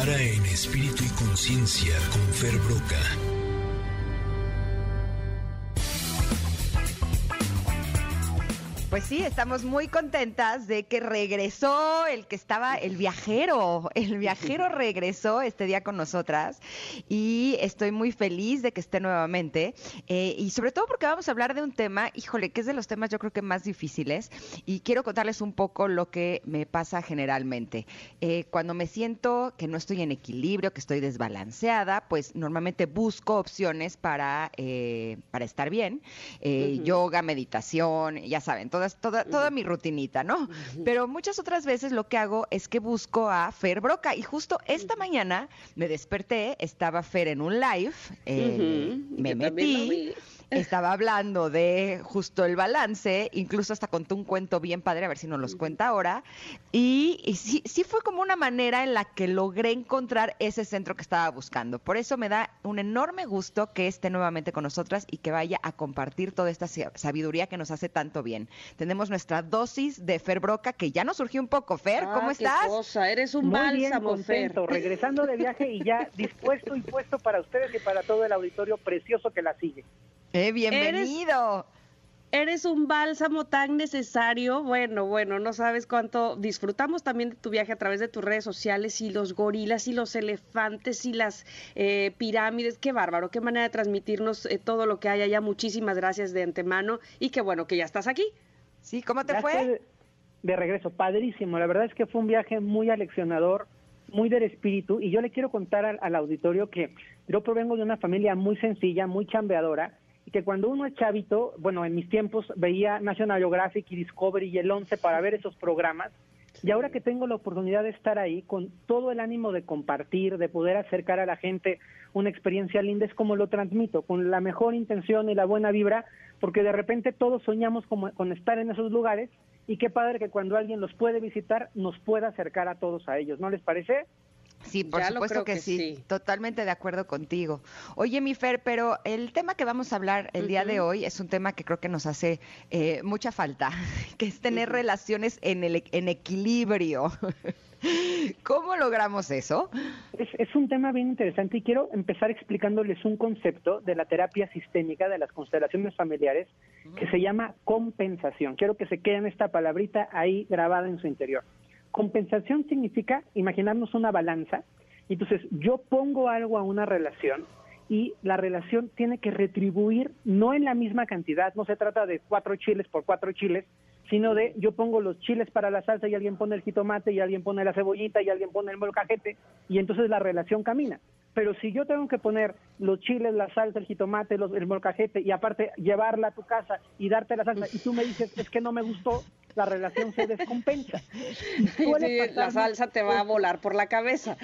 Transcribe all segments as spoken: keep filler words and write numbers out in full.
Para en Espíritu y Conciencia con Fer Broca. Pues sí, estamos muy contentas de que regresó el que estaba, el viajero, el viajero regresó este día con nosotras y estoy muy feliz de que esté nuevamente eh, y sobre todo porque vamos a hablar de un tema, híjole, que es de los temas yo creo que más difíciles y quiero contarles un poco lo que me pasa generalmente. Eh, cuando me siento que no estoy en equilibrio, que estoy desbalanceada, pues normalmente busco opciones para, eh, para estar bien, eh, uh-huh. yoga, meditación, ya saben, todas Toda, toda mi rutinita, ¿no? Pero muchas otras veces lo que hago es que busco a Fer Broca y justo esta mañana me desperté, estaba Fer en un live, eh, uh-huh. me Yo metí, estaba hablando de justo el balance, incluso hasta contó un cuento bien padre, a ver si nos los cuenta ahora, y, y sí, sí fue como una manera en la que logré encontrar ese centro que estaba buscando. Por eso me da un enorme gusto que esté nuevamente con nosotras y que vaya a compartir toda esta sabiduría que nos hace tanto bien. Tenemos nuestra dosis de Fer Broca, que ya nos surgió un poco. Fer, ah, ¿cómo estás? Qué cosa, eres un Muy bálsamo, bien, contento, Fer. Regresando de viaje y ya dispuesto y puesto para ustedes y para todo el auditorio precioso que la sigue. Eh, bienvenido. Eres, eres un bálsamo tan necesario. Bueno, bueno, no sabes cuánto disfrutamos también de tu viaje a través de tus redes sociales y los gorilas y los elefantes y las eh, pirámides. Qué bárbaro, qué manera de transmitirnos eh, todo lo que hay allá. Muchísimas gracias de antemano y qué bueno que ya estás aquí. Sí, ¿cómo te ya fue? De, de regreso, padrísimo. La verdad es que fue un viaje muy aleccionador, muy del espíritu, y yo le quiero contar al, al auditorio que yo provengo de una familia muy sencilla, muy chambeadora, y que cuando uno es chavito, bueno, en mis tiempos veía National Geographic y Discovery y el once para ver esos programas, sí. Y ahora que tengo la oportunidad de estar ahí con todo el ánimo de compartir, de poder acercar a la gente una experiencia linda, es como lo transmito, con la mejor intención y la buena vibra, porque de repente todos soñamos como, con estar en esos lugares, y qué padre que cuando alguien los puede visitar, nos pueda acercar a todos a ellos, ¿no les parece? Sí, por ya supuesto que, que sí. sí, totalmente de acuerdo contigo. Oye, mi Fer, pero el tema que vamos a hablar el uh-huh. día de hoy es un tema que creo que nos hace eh, mucha falta, que es tener uh-huh. relaciones en, el, en equilibrio. ¿Cómo logramos eso? Es, es un tema bien interesante y quiero empezar explicándoles un concepto de la terapia sistémica de las constelaciones familiares uh-huh. que se llama compensación. Quiero que se queden esta palabrita ahí grabada en su interior. Compensación significa imaginarnos una balanza, y entonces yo pongo algo a una relación y la relación tiene que retribuir no en la misma cantidad, no se trata de cuatro chiles por cuatro chiles, sino de yo pongo los chiles para la salsa y alguien pone el jitomate y alguien pone la cebollita y alguien pone el molcajete y entonces la relación camina. Pero si yo tengo que poner los chiles, la salsa, el jitomate, los, el molcajete y aparte llevarla a tu casa y darte la salsa y tú me dices es que no me gustó, la relación se descompensa. Sí, la salsa te va a volar por la cabeza.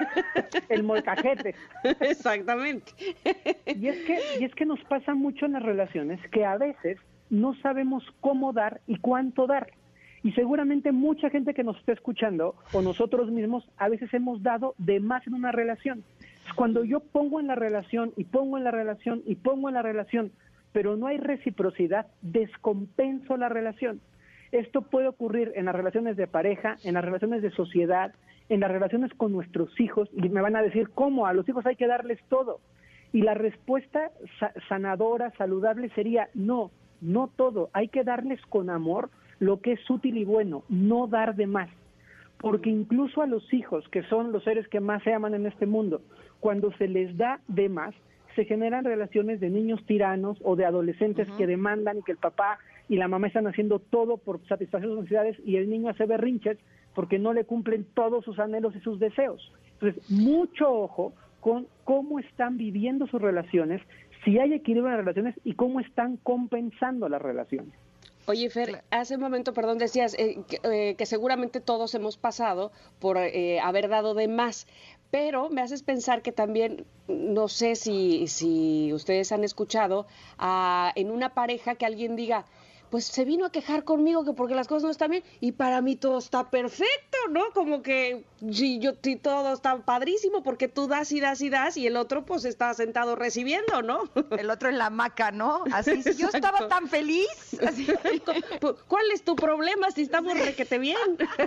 El molcajete. Exactamente. Y es que, y es que nos pasa mucho en las relaciones que a veces no sabemos cómo dar y cuánto dar. Y seguramente mucha gente que nos está escuchando o nosotros mismos a veces hemos dado de más en una relación. Cuando yo pongo en la relación y pongo en la relación y pongo en la relación, pero no hay reciprocidad, descompenso la relación. Esto puede ocurrir en las relaciones de pareja, en las relaciones de sociedad, en las relaciones con nuestros hijos, y me van a decir, ¿cómo? A los hijos hay que darles todo. Y la respuesta sa- sanadora, saludable sería, no, no todo, hay que darles con amor lo que es útil y bueno, no dar de más. Porque incluso a los hijos, que son los seres que más se aman en este mundo, cuando se les da de más, se generan relaciones de niños tiranos o de adolescentes uh-huh. que demandan y que el papá y la mamá están haciendo todo por satisfacer sus necesidades y el niño hace berrinches porque no le cumplen todos sus anhelos y sus deseos. Entonces, mucho ojo con cómo están viviendo sus relaciones, si hay equilibrio en las relaciones y cómo están compensando las relaciones. Oye, Fer, hace un momento, perdón, decías eh, que, eh, que seguramente todos hemos pasado por eh, haber dado de más, pero me haces pensar que también, no sé si, si ustedes han escuchado, uh, en una pareja que alguien diga, pues se vino a quejar conmigo que porque las cosas no están bien y para mí todo está perfecto, ¿no? Como que si yo si todo está padrísimo porque tú das y das y das y el otro pues está sentado recibiendo, ¿no? El otro en la hamaca, ¿no? Así, si yo estaba tan feliz. Así. ¿Cuál es tu problema si estamos requete bien?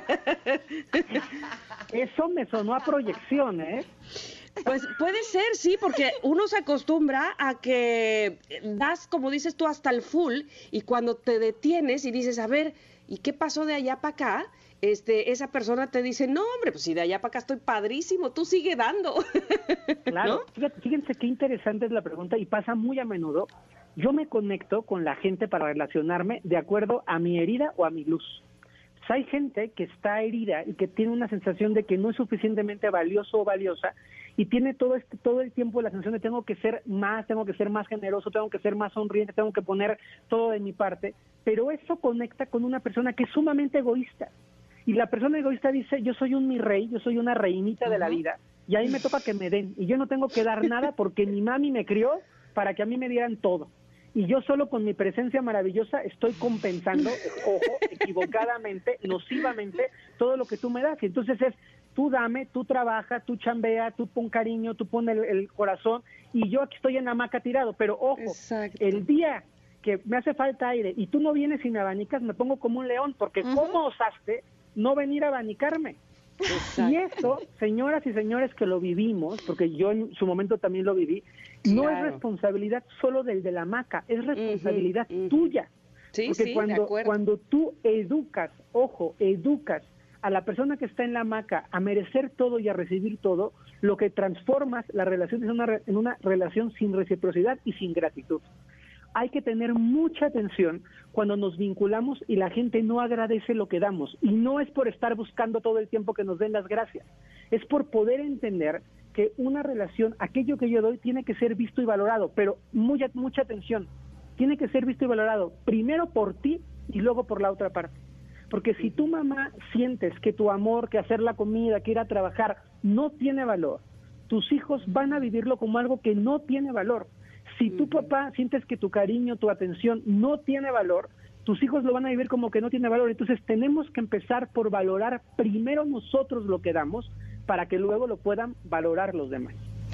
Eso me sonó a proyección, ¿eh? Pues puede ser, sí, porque uno se acostumbra a que das, como dices tú, hasta el full, y cuando te detienes y dices, a ver, ¿y qué pasó de allá para acá? Este, esa persona te dice, no, hombre, pues si de allá para acá estoy padrísimo, tú sigue dando. Claro, ¿no? fíjate, fíjense qué interesante es la pregunta y pasa muy a menudo. Yo me conecto con la gente para relacionarme de acuerdo a mi herida o a mi luz. Pues hay gente que está herida y que tiene una sensación de que no es suficientemente valioso o valiosa y tiene todo este todo el tiempo la sensación de tengo que ser más, tengo que ser más generoso, tengo que ser más sonriente, tengo que poner todo de mi parte, pero eso conecta con una persona que es sumamente egoísta. Y la persona egoísta dice, yo soy un mi rey, yo soy una reinita uh-huh. de la vida, y ahí me toca que me den, y yo no tengo que dar nada porque mi mami me crió para que a mí me dieran todo. Y yo solo con mi presencia maravillosa estoy compensando, ojo, equivocadamente, nocivamente, todo lo que tú me das. Y entonces es, tú dame, tú trabaja, tú chambea, tú pon cariño, tú pon el, el corazón, y yo aquí estoy en la hamaca tirado. Pero ojo, Exacto. el día que me hace falta aire y tú no vienes y me abanicas, me pongo como un león, porque uh-huh. ¿cómo osaste no venir a abanicarme? Exacto. Y eso, señoras y señores que lo vivimos, porque yo en su momento también lo viví, no claro. es responsabilidad solo del de la hamaca, es responsabilidad uh-huh, uh-huh. tuya. Sí, porque sí, cuando, cuando tú educas, ojo, educas a la persona que está en la hamaca a merecer todo y a recibir todo, lo que transformas la relación es una, en una relación sin reciprocidad y sin gratitud. Hay que tener mucha atención cuando nos vinculamos y la gente no agradece lo que damos. Y no es por estar buscando todo el tiempo que nos den las gracias. Es por poder entender que una relación, aquello que yo doy, tiene que ser visto y valorado. Pero mucha, mucha atención. Tiene que ser visto y valorado primero por ti y luego por la otra parte. Porque si tu mamá sientes que tu amor, que hacer la comida, que ir a trabajar, no tiene valor, tus hijos van a vivirlo como algo que no tiene valor. Si tu papá sientes que tu cariño, tu atención no tiene valor, tus hijos lo van a vivir como que no tiene valor. Entonces tenemos que empezar por valorar primero nosotros lo que damos para que luego lo puedan valorar los demás.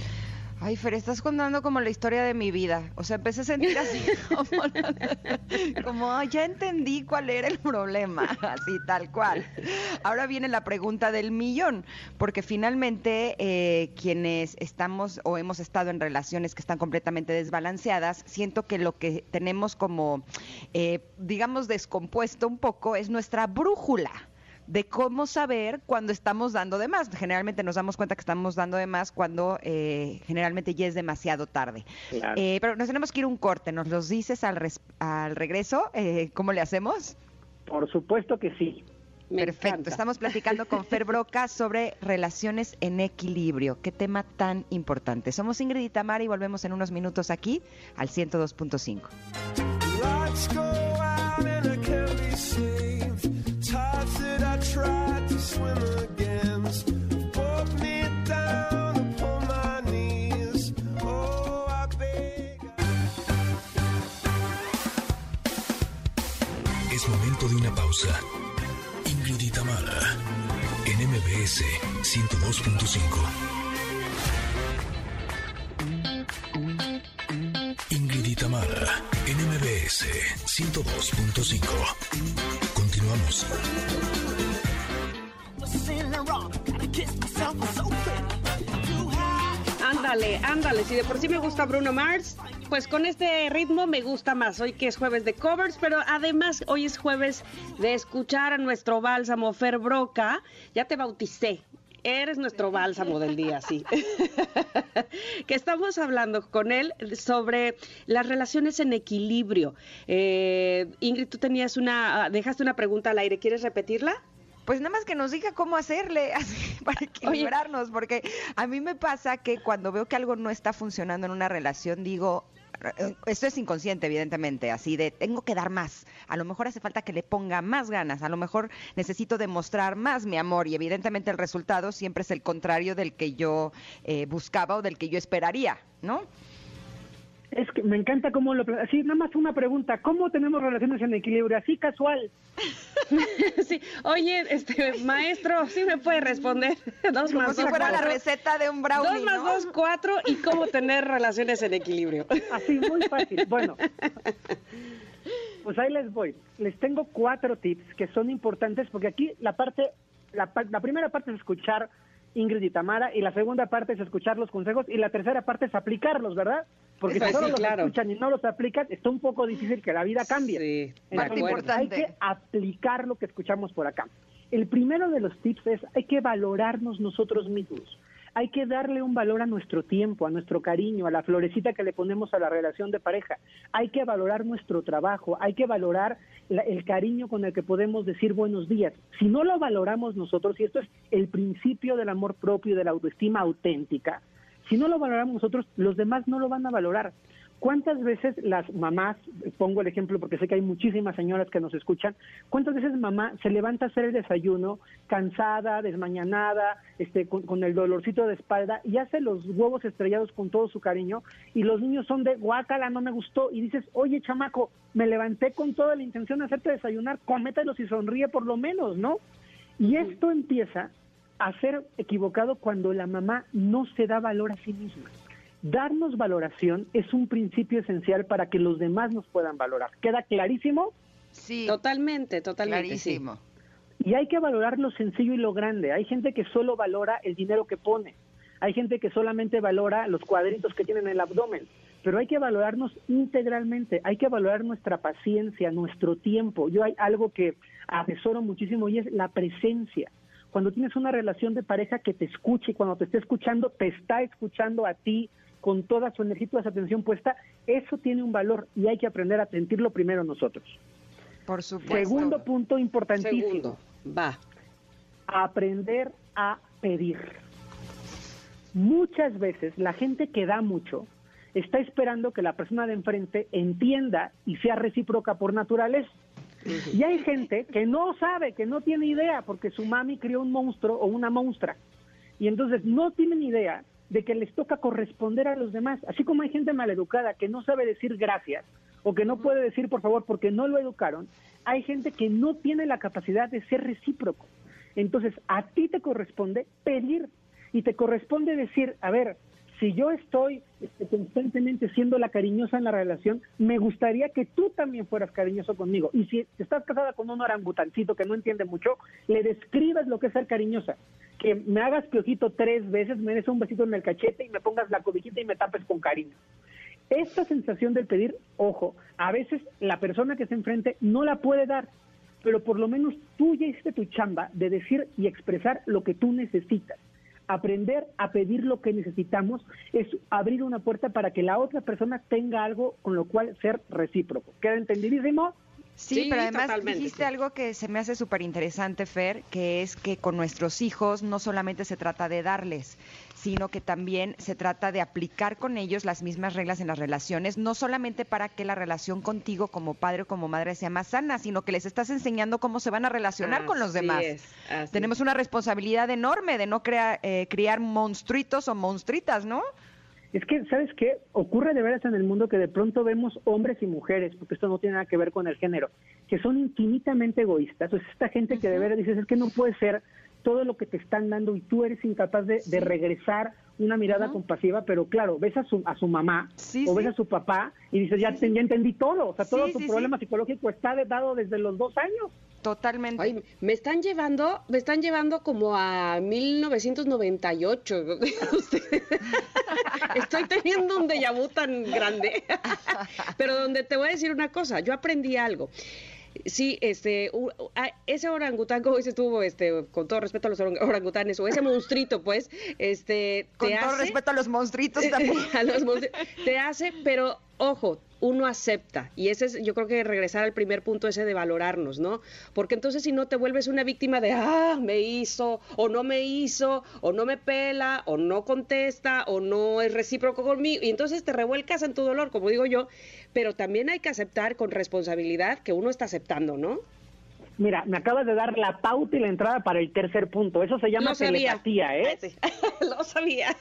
Ay, Fer, estás contando como la historia de mi vida. O sea, empecé a sentir así como, como ya entendí cuál era el problema, así tal cual. Ahora viene la pregunta del millón, porque finalmente eh, quienes estamos o hemos estado en relaciones que están completamente desbalanceadas, siento que lo que tenemos como, eh, digamos, descompuesto un poco es nuestra brújula de cómo saber cuando estamos dando de más. Generalmente nos damos cuenta que estamos dando de más cuando eh, generalmente ya es demasiado tarde. Claro. Eh, pero nos tenemos que ir un corte. ¿Nos los dices al, res- al regreso? Eh, ¿Cómo le hacemos? Por supuesto que sí. Me Perfecto. Encanta. Estamos platicando con Fer Broca sobre relaciones en equilibrio. Qué tema tan importante. Somos Ingrid y Tamara y volvemos en unos minutos aquí al ciento dos punto cinco. Let's go out and I can't be saved. I tried to swim against, pulled me down upon my knees. Oh, I beg. Es momento de una pausa. Ingrid y Tamara en M B S ciento dos punto cinco. Ingrid y Tamara en M B S ciento dos punto cinco. Continuamos. Ándale, ándale, si de por sí me gusta Bruno Mars, pues con este ritmo me gusta más. Hoy que es jueves de covers, pero además hoy es jueves de escuchar a nuestro bálsamo Fer Broca. Ya te bauticé. Eres nuestro bálsamo del día, sí. Que estamos hablando con él sobre las relaciones en equilibrio. Eh, Ingrid, tú tenías una, dejaste una pregunta al aire, ¿quieres repetirla? Pues nada más que nos diga cómo hacerle así, para equilibrarnos, Oye. Porque a mí me pasa que cuando veo que algo no está funcionando en una relación, digo, esto es inconsciente, evidentemente, así de tengo que dar más, a lo mejor hace falta que le ponga más ganas, a lo mejor necesito demostrar más mi amor y evidentemente el resultado siempre es el contrario del que yo eh, buscaba o del que yo esperaría, ¿no? Es que me encanta cómo lo... Así, nada más una pregunta. ¿Cómo tenemos relaciones en equilibrio? Así casual. Sí. Oye, este maestro, ¿sí me puede responder? Dos Como más si dos, fuera la cuatro. receta de un brownie, Dos más ¿no? dos, cuatro. ¿Y cómo tener relaciones en equilibrio? Así, muy fácil. Bueno, pues ahí les voy. Les tengo cuatro tips que son importantes porque aquí la parte, la, la primera parte es escuchar Ingrid y Tamara y la segunda parte es escuchar los consejos y la tercera parte es aplicarlos, ¿verdad? Porque Eso si solo sí, los claro. escuchan y no los aplican, está un poco difícil que la vida cambie. Sí, de Entonces, acuerdo. hay que aplicar lo que escuchamos por acá. El primero de los tips es hay que valorarnos nosotros mismos. Hay que darle un valor a nuestro tiempo, a nuestro cariño, a la florecita que le ponemos a la relación de pareja. Hay que valorar nuestro trabajo, hay que valorar la, el cariño con el que podemos decir buenos días. Si no lo valoramos nosotros, y esto es el principio del amor propio y de la autoestima auténtica, si no lo valoramos nosotros, los demás no lo van a valorar. ¿Cuántas veces las mamás, pongo el ejemplo porque sé que hay muchísimas señoras que nos escuchan, cuántas veces mamá se levanta a hacer el desayuno cansada, desmañanada, este, con, con el dolorcito de espalda y hace los huevos estrellados con todo su cariño y los niños son de guácala, no me gustó y dices, oye chamaco, me levanté con toda la intención de hacerte desayunar, cómetelos y sonríe por lo menos, ¿no? Y esto empieza a ser equivocado cuando la mamá no se da valor a sí misma. Darnos valoración es un principio esencial para que los demás nos puedan valorar. ¿Queda clarísimo? Sí, Totalmente, totalmente. clarísimo. Sí. Y hay que valorar lo sencillo y lo grande. Hay gente que solo valora el dinero que pone. Hay gente que solamente valora los cuadritos que tienen en el abdomen. Pero hay que valorarnos integralmente. Hay que valorar nuestra paciencia, nuestro tiempo. Yo hay algo que atesoro muchísimo y es la presencia. Cuando tienes una relación de pareja que te escuche, cuando te esté escuchando, te está escuchando a ti, con toda su energía y toda su atención puesta, eso tiene un valor y hay que aprender a sentirlo primero nosotros. Por supuesto. Segundo punto importantísimo. Segundo, va. Aprender a pedir. Muchas veces la gente que da mucho está esperando que la persona de enfrente entienda y sea recíproca por naturaleza. Uh-huh. Y hay gente que no sabe, que no tiene idea, porque su mami crió un monstruo o una monstrua. Y entonces no tienen idea de que les toca corresponder a los demás. Así como hay gente maleducada que no sabe decir gracias o que no puede decir por favor porque no lo educaron, hay gente que no tiene la capacidad de ser recíproco. Entonces, a ti te corresponde pedir y te corresponde decir, a ver, si yo estoy este, constantemente siendo la cariñosa en la relación, me gustaría que tú también fueras cariñoso conmigo. Y si estás casada con un orangutancito que no entiende mucho, le describes lo que es ser cariñosa. Que me hagas piojito tres veces, me des un besito en el cachete y me pongas la cobijita y me tapes con cariño. Esta sensación del pedir, ojo, a veces la persona que está enfrente no la puede dar, pero por lo menos tú ya hiciste tu chamba de decir y expresar lo que tú necesitas. Aprender a pedir lo que necesitamos es abrir una puerta para que la otra persona tenga algo con lo cual ser recíproco. ¿Queda entendidísimo? Sí, Sí, pero además totalmente, dijiste sí. algo que se me hace súper interesante, Fer, que es que con nuestros hijos no solamente se trata de darles, sino que también se trata de aplicar con ellos las mismas reglas en las relaciones, no solamente para que la relación contigo como padre o como madre sea más sana, sino que les estás enseñando cómo se van a relacionar Así con los demás. es, así Tenemos es. una responsabilidad enorme de no crea- eh, criar monstruitos o monstritas, ¿no? Es que, ¿sabes qué? Ocurre de veras en el mundo que de pronto vemos hombres y mujeres, porque esto no tiene nada que ver con el género, que son infinitamente egoístas. O sea, esta gente que de veras dices, es que no puede ser todo lo que te están dando y tú eres incapaz de, de regresar una mirada Ajá. compasiva, pero claro, ves a su, a su mamá Sí, o sí. ves a su papá y dices, ya, te- ya entendí todo. O sea, todo Sí, tu sí, problema psicológico está dado desde los dos años. Totalmente. Ay, me están llevando, me están llevando como a mil novecientos noventa y ocho. Ustedes. Estoy teniendo un déjà vu tan grande. Pero donde te voy a decir una cosa, yo aprendí algo. Sí, este, u- a- ese orangután, como dices tú, este, con todo respeto a los orang- orangutanes, o ese monstruito, pues, este, Con te todo hace, respeto a los monstruitos también. a los monstru- te hace, pero ojo, uno acepta, y ese es, yo creo que regresar al primer punto ese de valorarnos, ¿no? Porque entonces si no te vuelves una víctima de, ah, me hizo, o no me hizo, o no me pela, o no contesta, o no es recíproco conmigo, y entonces te revuelcas en tu dolor, como digo yo, pero también hay que aceptar con responsabilidad que uno está aceptando, ¿no? Mira, me acabas de dar la pauta y la entrada para el tercer punto. Eso se llama Lo sabía. telepatía, ¿eh? Sí. Lo sabía.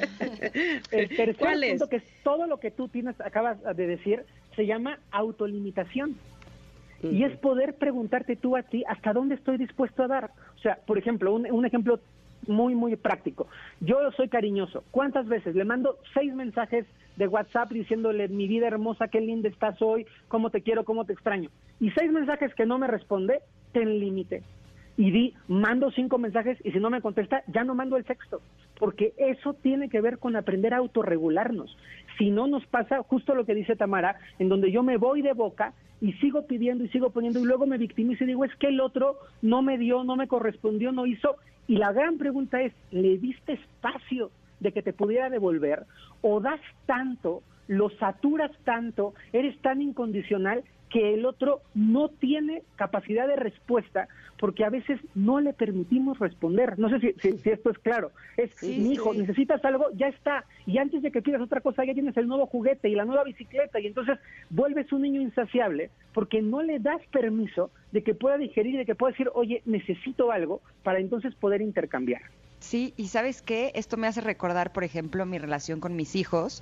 El tercer ¿Cuál punto, es? que es todo lo que tú tienes, acabas de decir, se llama autolimitación. Uh-huh. Y es poder preguntarte tú a ti hasta dónde estoy dispuesto a dar. O sea, por ejemplo, un, un ejemplo muy, muy práctico. Yo soy cariñoso. ¿Cuántas veces le mando seis mensajes de WhatsApp diciéndole, mi vida hermosa, qué linda estás hoy, cómo te quiero, cómo te extraño? Y seis mensajes que no me responde, ten límite. Y di, mando cinco mensajes y si no me contesta, ya no mando el sexto. Porque eso tiene que ver con aprender a autorregularnos. Si no, nos pasa justo lo que dice Tamara, en donde yo me voy de boca y sigo pidiendo y sigo poniendo y luego me victimizo y digo, es que el otro no me dio, no me correspondió, no hizo. Y la gran pregunta es, ¿le diste espacio de que te pudiera devolver? ¿O das tanto, lo saturas tanto, eres tan incondicional que el otro no tiene capacidad de respuesta porque a veces no le permitimos responder? No sé si, si, si esto es claro. Es, sí, mi hijo, sí. necesitas algo, ya está. Y antes de que pidas otra cosa, ya tienes el nuevo juguete y la nueva bicicleta. Y entonces vuelves un niño insaciable porque no le das permiso de que pueda digerir y de que pueda decir, oye, necesito algo, para entonces poder intercambiar. Sí, y ¿sabes qué? Esto me hace recordar, por ejemplo, mi relación con mis hijos,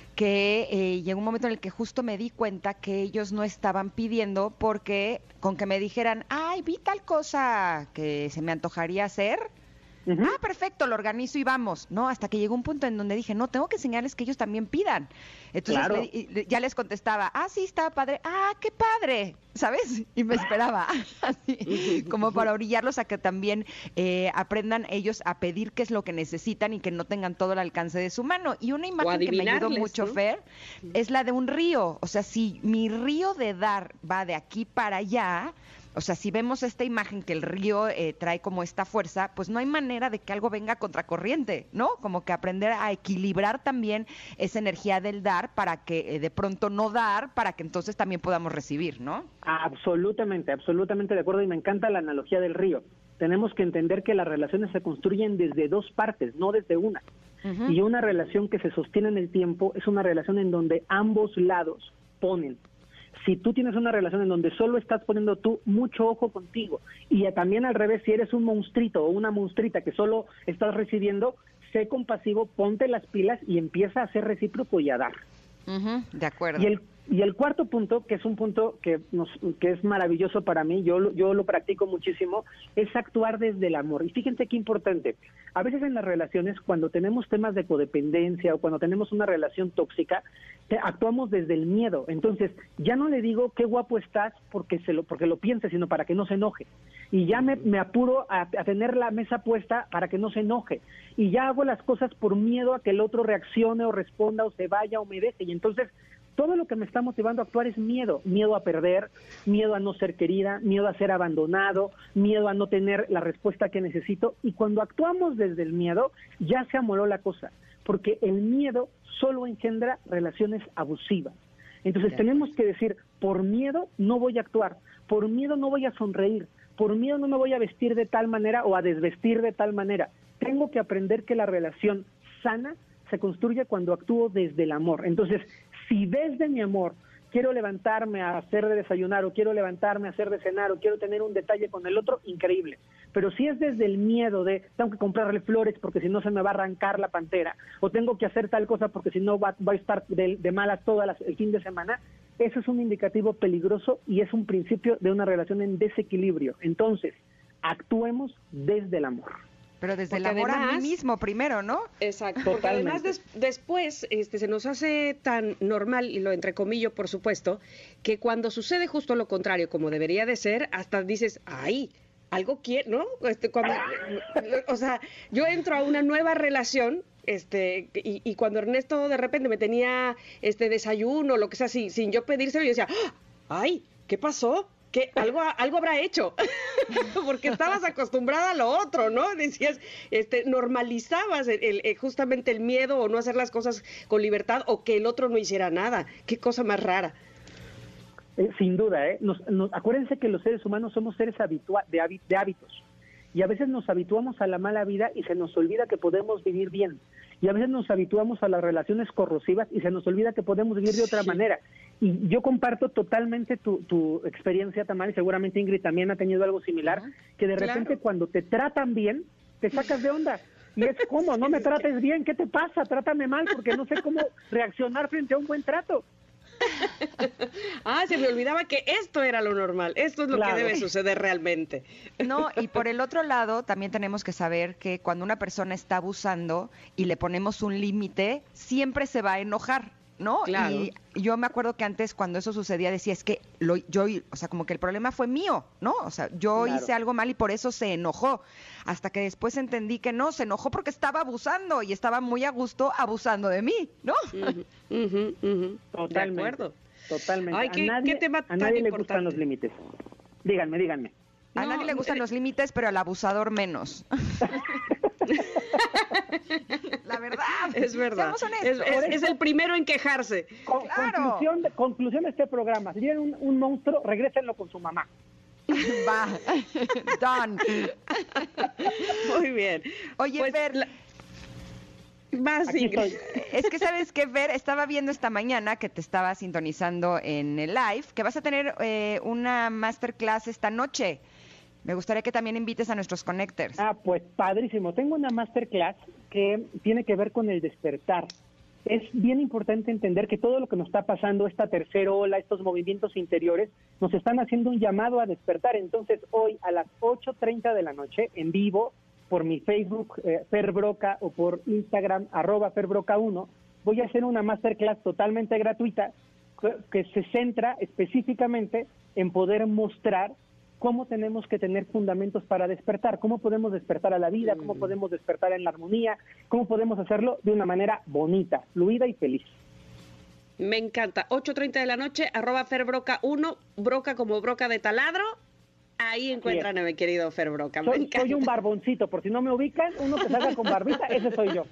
que eh, llegó un momento en el que justo me di cuenta que ellos no estaban pidiendo porque con que me dijeran, ay, vi tal cosa que se me antojaría hacer, uh-huh. ah, perfecto, lo organizo y vamos, ¿no? Hasta que llegó un punto en donde dije, no, tengo que enseñarles que ellos también pidan. Entonces claro. le, le, ya les contestaba, ah, sí, está padre, ah, qué padre, ¿sabes? Y me esperaba, así, como para orillarlos a que también eh, aprendan ellos a pedir qué es lo que necesitan y que no tengan todo al alcance de su mano. Y una imagen que me ayudó mucho, ¿no? Fer, es la de un río. O sea, si mi río de dar va de aquí para allá, o sea, si vemos esta imagen que el río eh, trae como esta fuerza, pues no hay manera de que algo venga a contracorriente, ¿no? Como que aprender a equilibrar también esa energía del dar para que eh, de pronto no dar, para que entonces también podamos recibir, ¿no? Absolutamente, absolutamente de acuerdo, y me encanta la analogía del río. Tenemos que entender que las relaciones se construyen desde dos partes, no desde una. Uh-huh. Y una relación que se sostiene en el tiempo es una relación en donde ambos lados ponen. Si tú tienes una relación en donde solo estás poniendo tú, mucho ojo contigo. Y también al revés, si eres un monstruito o una monstruita que solo estás recibiendo, sé compasivo, ponte las pilas y empieza a ser recíproco y a dar. Uh-huh, de acuerdo. Y el, y el cuarto punto, que es un punto que, nos, que es maravilloso para mí, yo, yo lo practico muchísimo, es actuar desde el amor. Y fíjense qué importante. A veces en las relaciones, cuando tenemos temas de codependencia o cuando tenemos una relación tóxica, te, actuamos desde el miedo. Entonces, ya no le digo qué guapo estás porque, se lo, porque lo piense, sino para que no se enoje. Y ya me, me apuro a, a tener la mesa puesta para que no se enoje. Y ya hago las cosas por miedo a que el otro reaccione o responda o se vaya o me deje. Y entonces, todo lo que me está motivando a actuar es miedo. Miedo a perder, miedo a no ser querida, miedo a ser abandonado, miedo a no tener la respuesta que necesito. Y cuando actuamos desde el miedo, ya se amoló la cosa. Porque el miedo solo engendra relaciones abusivas. Entonces okay. tenemos que decir, por miedo no voy a actuar, por miedo no voy a sonreír, por miedo no me voy a vestir de tal manera o a desvestir de tal manera. Tengo que aprender que la relación sana se construye cuando actúo desde el amor. Entonces, si desde mi amor quiero levantarme a hacer de desayunar o quiero levantarme a hacer de cenar o quiero tener un detalle con el otro, increíble. Pero si es desde el miedo de tengo que comprarle flores porque si no se me va a arrancar la pantera o tengo que hacer tal cosa porque si no va, va a estar de, de malas todas las, el fin de semana, eso es un indicativo peligroso y es un principio de una relación en desequilibrio. Entonces, actuemos desde el amor. Pero desde porque el amor además, a mí mismo primero, ¿no? Exacto, porque Totalmente. además des, después este, se nos hace tan normal, y lo entrecomillo por supuesto, que cuando sucede justo lo contrario, como debería de ser, hasta dices, ay, algo quiere, ¿no? Este, cuando, o sea, yo entro a una nueva relación, este, y, y cuando Ernesto de repente me tenía este desayuno o lo que sea, sin, sin yo pedírselo, yo decía, ay, ¿qué pasó? Que algo, algo habrá hecho, porque estabas acostumbrada a lo otro, ¿no? Decías, este, normalizabas el, el, el, justamente el miedo o no hacer las cosas con libertad o que el otro no hiciera nada. Qué cosa más rara. Eh, sin duda, ¿eh? Nos, nos, acuérdense que los seres humanos somos seres habitua de, de hábitos y a veces nos habituamos a la mala vida y se nos olvida que podemos vivir bien. y a veces nos habituamos a las relaciones corrosivas y se nos olvida que podemos vivir de otra sí. manera. Y yo comparto totalmente tu, tu experiencia, Tamara, y seguramente Ingrid también ha tenido algo similar, que de repente claro. cuando te tratan bien, te sacas de onda. Y es como, no me trates bien, ¿qué te pasa? Trátame mal, porque no sé cómo reaccionar frente a un buen trato. Ah, se me olvidaba que esto era lo normal, esto es lo claro. que debe suceder realmente. No, y por el otro lado, también tenemos que saber que cuando una persona está abusando y le ponemos un límite, siempre se va a enojar, ¿no? Claro. Y yo me acuerdo que antes cuando eso sucedía decía, es que lo, yo, o sea, como que el problema fue mío, ¿no? O sea, yo claro. hice algo mal y por eso se enojó. Hasta que después entendí que no, se enojó porque estaba abusando y estaba muy a gusto abusando de mí, ¿no? Uh-huh, uh-huh, uh-huh. Totalmente. De acuerdo. Totalmente. Ay, ¿qué, a nadie, qué tema a nadie le importante? gustan los límites. Díganme, díganme. A no, nadie le gustan eh... los límites, pero al abusador menos. La verdad. Es verdad. Es, es, es el primero en quejarse. Con, claro. conclusión, de, conclusión de este programa. Si tienen un, un monstruo, regrésenlo con su mamá. Va. Done. Muy bien. Oye, pues, Fer... La... Más es que sabes que Fer, estaba viendo esta mañana que te estaba sintonizando en el live, que vas a tener eh, una masterclass esta noche. Me gustaría que también invites a nuestros connectors. Ah, pues padrísimo. Tengo una masterclass que tiene que ver con el despertar. Es bien importante entender que todo lo que nos está pasando, esta tercera ola, estos movimientos interiores, nos están haciendo un llamado a despertar. Entonces, hoy a las ocho treinta de la noche, en vivo, por mi Facebook, eh, Fer Broca, o por Instagram, arroba Fer Broca uno, voy a hacer una masterclass totalmente gratuita que, que se centra específicamente en poder mostrar cómo tenemos que tener fundamentos para despertar, cómo podemos despertar a la vida, mm. cómo podemos despertar en la armonía, cómo podemos hacerlo de una manera bonita, fluida y feliz. Me encanta. ocho treinta de la noche, arroba Fer Broca uno, Broca como broca de taladro. Ahí encuentran a mi querido Fer Broca. Soy, soy un barboncito, por si no me ubican, uno que salga con barbita, ese soy yo.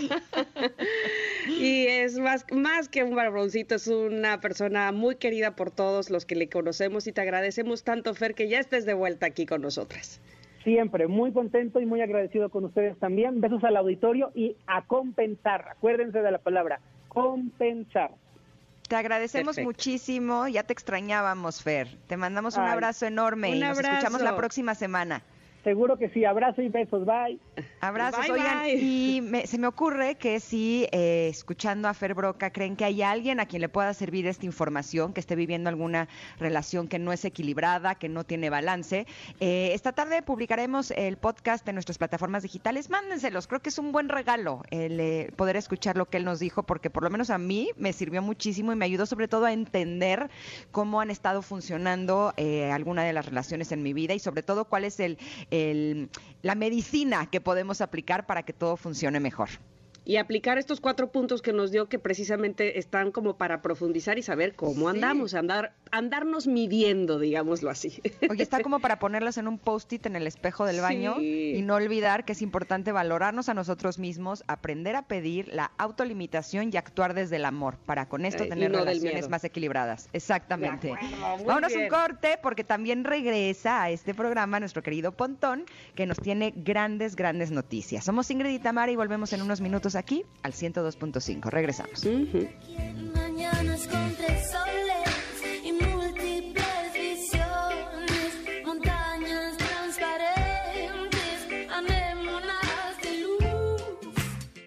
Y es más, más que un barboncito, es una persona muy querida por todos los que le conocemos y te agradecemos tanto, Fer, que ya estés de vuelta aquí con nosotras. Siempre, muy contento y muy agradecido con ustedes también. Besos al auditorio y a compensar. Acuérdense de la palabra, compensar. Te agradecemos Perfecto. muchísimo, ya te extrañábamos, Fer. Te mandamos un Ay, abrazo enorme un y abrazo. Nos escuchamos la próxima semana. Seguro que sí, abrazo y besos, bye. Abrazos, bye, oigan, bye. y me, se me ocurre que si eh, escuchando a Fer Broca creen que hay alguien a quien le pueda servir esta información, que esté viviendo alguna relación que no es equilibrada, que no tiene balance, eh, esta tarde publicaremos el podcast en nuestras plataformas digitales, mándenselos, creo que es un buen regalo el eh, poder escuchar lo que él nos dijo, porque por lo menos a mí me sirvió muchísimo y me ayudó sobre todo a entender cómo han estado funcionando eh, alguna de las relaciones en mi vida y sobre todo cuál es el El, la medicina que podemos aplicar para que todo funcione mejor. Y aplicar estos cuatro puntos que nos dio, que precisamente están como para profundizar y saber cómo andamos, sí. andar, andarnos midiendo, digámoslo así. Oye, está como para ponerlos en un post-it en el espejo del baño sí. y no olvidar que es importante valorarnos a nosotros mismos, aprender a pedir la autolimitación y actuar desde el amor, para con esto Ay, tener no relaciones más equilibradas. Exactamente. Vámonos bien. Un corte, porque también regresa a este programa nuestro querido Pontón, que nos tiene grandes, grandes noticias. Somos Ingrid y Tamara y volvemos en unos minutos aquí al ciento dos punto cinco. Regresamos. Uh-huh. Mañanas con tres soles y múltiples visiones, montañas transparentes, anémonas de luz.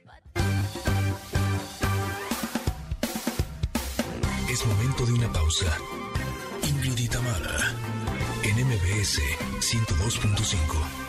Es momento de una pausa. Ingrid y Tamara en M B S ciento dos punto cinco.